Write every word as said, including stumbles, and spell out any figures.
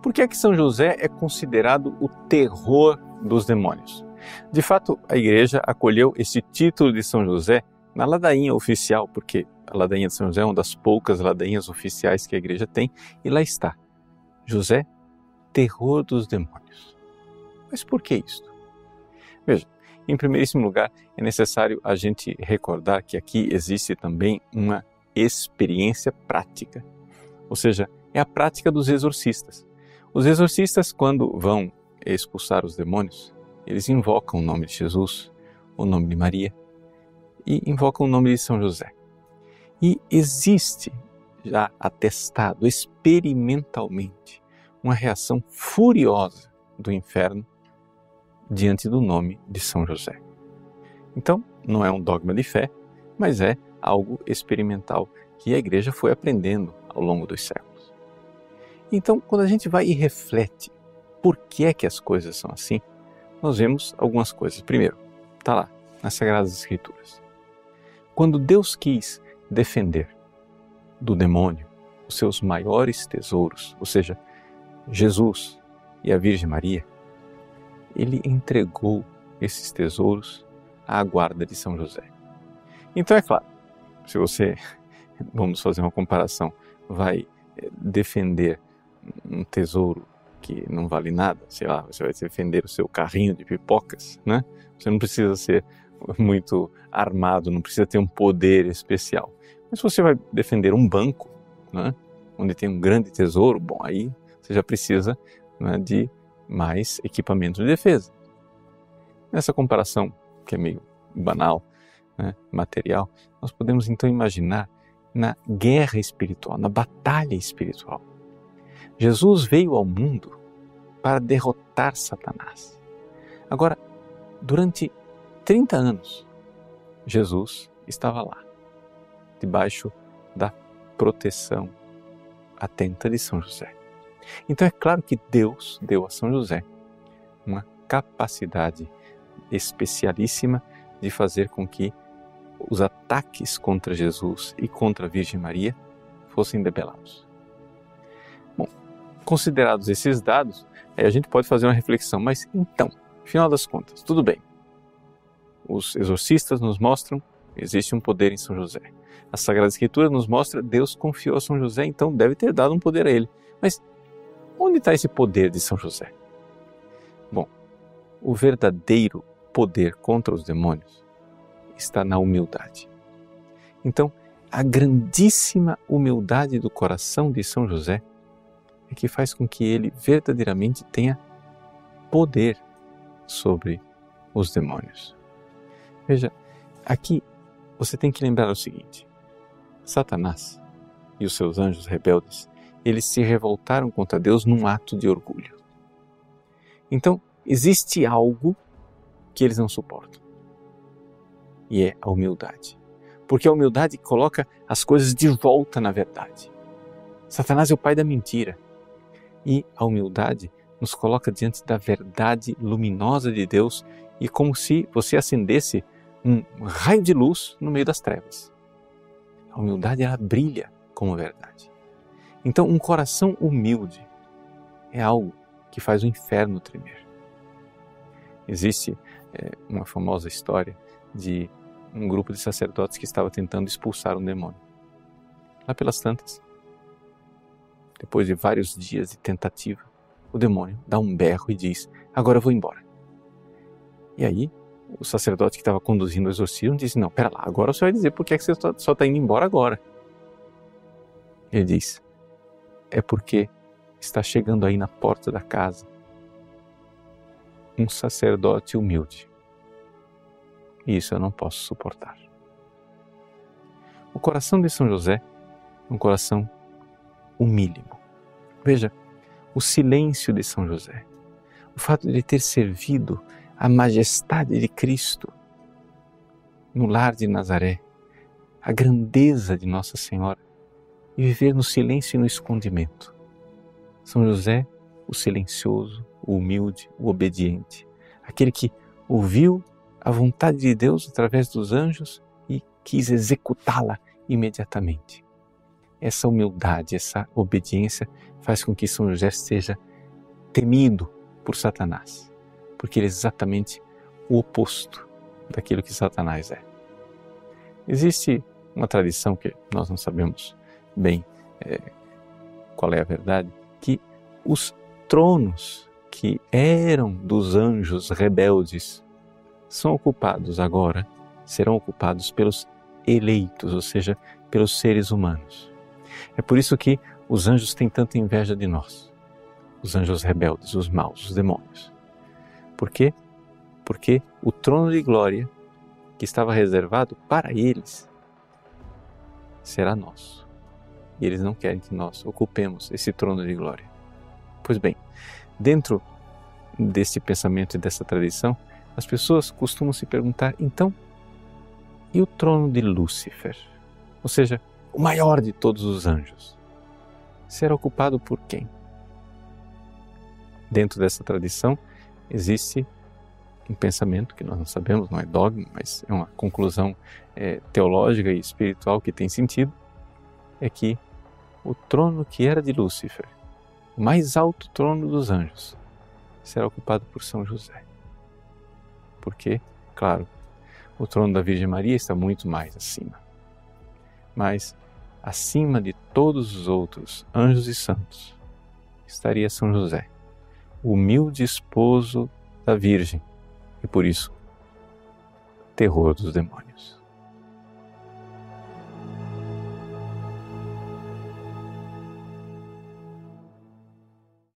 Por que é que São José é considerado o terror dos demônios? De fato, a Igreja acolheu esse título de São José na ladainha oficial, porque a ladainha de São José é uma das poucas ladainhas oficiais que a Igreja tem, e lá está, José, terror dos demônios. Mas por que isto? Veja, em primeiríssimo lugar, é necessário a gente recordar que aqui existe também uma experiência prática, ou seja, é a prática dos exorcistas. Os exorcistas, quando vão expulsar os demônios, eles invocam o nome de Jesus, o nome de Maria e invocam o nome de São José. E existe já atestado experimentalmente uma reação furiosa do inferno diante do nome de São José. Então, não é um dogma de fé, mas é algo experimental que a Igreja foi aprendendo ao longo dos séculos. Então, quando a gente vai e reflete por que é que as coisas são assim, nós vemos algumas coisas. Primeiro, está lá, nas Sagradas Escrituras. Quando Deus quis defender do demônio os seus maiores tesouros, ou seja, Jesus e a Virgem Maria, Ele entregou esses tesouros à guarda de São José. Então é claro, se você, vamos fazer uma comparação, vai defender um tesouro que não vale nada, sei lá, você vai defender o seu carrinho de pipocas, né? Você não precisa ser muito armado, não precisa ter um poder especial. Mas se você vai defender um banco, né, onde tem um grande tesouro, bom, aí você já precisa, né, de mais equipamento de defesa. Nessa comparação, que é meio banal, né, material, nós podemos então imaginar na guerra espiritual, na batalha espiritual. Jesus veio ao mundo para derrotar Satanás. Agora, durante trinta anos, Jesus estava lá, debaixo da proteção atenta de São José. Então é claro que Deus deu a São José uma capacidade especialíssima de fazer com que os ataques contra Jesus e contra a Virgem Maria fossem debelados. Bom, considerados esses dados, aí a gente pode fazer uma reflexão, mas então, afinal das contas, tudo bem. Os exorcistas nos mostram que existe um poder em São José. A Sagrada Escritura nos mostra que Deus confiou a São José, então deve ter dado um poder a ele. Mas onde está esse poder de São José? Bom, o verdadeiro poder contra os demônios está na humildade. Então, a grandíssima humildade do coração de São José é que faz com que ele verdadeiramente tenha poder sobre os demônios. Veja, aqui você tem que lembrar o seguinte: Satanás e os seus anjos rebeldes, eles se revoltaram contra Deus num ato de orgulho. Então, existe algo que eles não suportam. E é a humildade. Porque a humildade coloca as coisas de volta na verdade. Satanás é o pai da mentira. E a humildade nos coloca diante da verdade luminosa de Deus e como se você acendesse um raio de luz no meio das trevas. A humildade, ela brilha como verdade. Então, um coração humilde é algo que faz o inferno tremer. Existe é, uma famosa história de um grupo de sacerdotes que estava tentando expulsar um demônio. Lá pelas tantas, depois de vários dias de tentativa, o demônio dá um berro e diz: agora eu vou embora. E aí, o sacerdote que estava conduzindo o exorcismo disse: não, pera lá, agora você vai dizer por que você só está indo embora agora. Ele diz: é porque está chegando aí na porta da casa um sacerdote humilde. E isso eu não posso suportar. O coração de São José é um coração humílimo. Veja, o silêncio de São José, o fato de ele ter servido a majestade de Cristo no lar de Nazaré, a grandeza de Nossa Senhora e viver no silêncio e no escondimento. São José, o silencioso, o humilde, o obediente, aquele que ouviu a vontade de Deus através dos anjos e quis executá-la imediatamente. Essa humildade, essa obediência faz com que São José seja temido por Satanás, porque ele é exatamente o oposto daquilo que Satanás é. Existe uma tradição que nós não sabemos bem é, qual é a verdade, que os tronos que eram dos anjos rebeldes são ocupados agora, serão ocupados pelos eleitos, ou seja, pelos seres humanos. É por isso que os anjos têm tanta inveja de nós, os anjos rebeldes, os maus, os demônios. Por quê? Porque o trono de glória que estava reservado para eles será nosso. E eles não querem que nós ocupemos esse trono de glória. Pois bem, dentro desse pensamento e dessa tradição, as pessoas costumam se perguntar, então, e o trono de Lúcifer? Ou seja, o maior de todos os anjos, será ocupado por quem? Dentro dessa tradição existe um pensamento que nós não sabemos, não é dogma, mas é uma conclusão é, teológica e espiritual que tem sentido, é que o trono que era de Lúcifer, o mais alto trono dos anjos, será ocupado por São José. Porque, claro, o trono da Virgem Maria está muito mais acima. Mas, acima de todos os outros anjos e santos, estaria São José, o humilde esposo da Virgem, e por isso, terror dos demônios.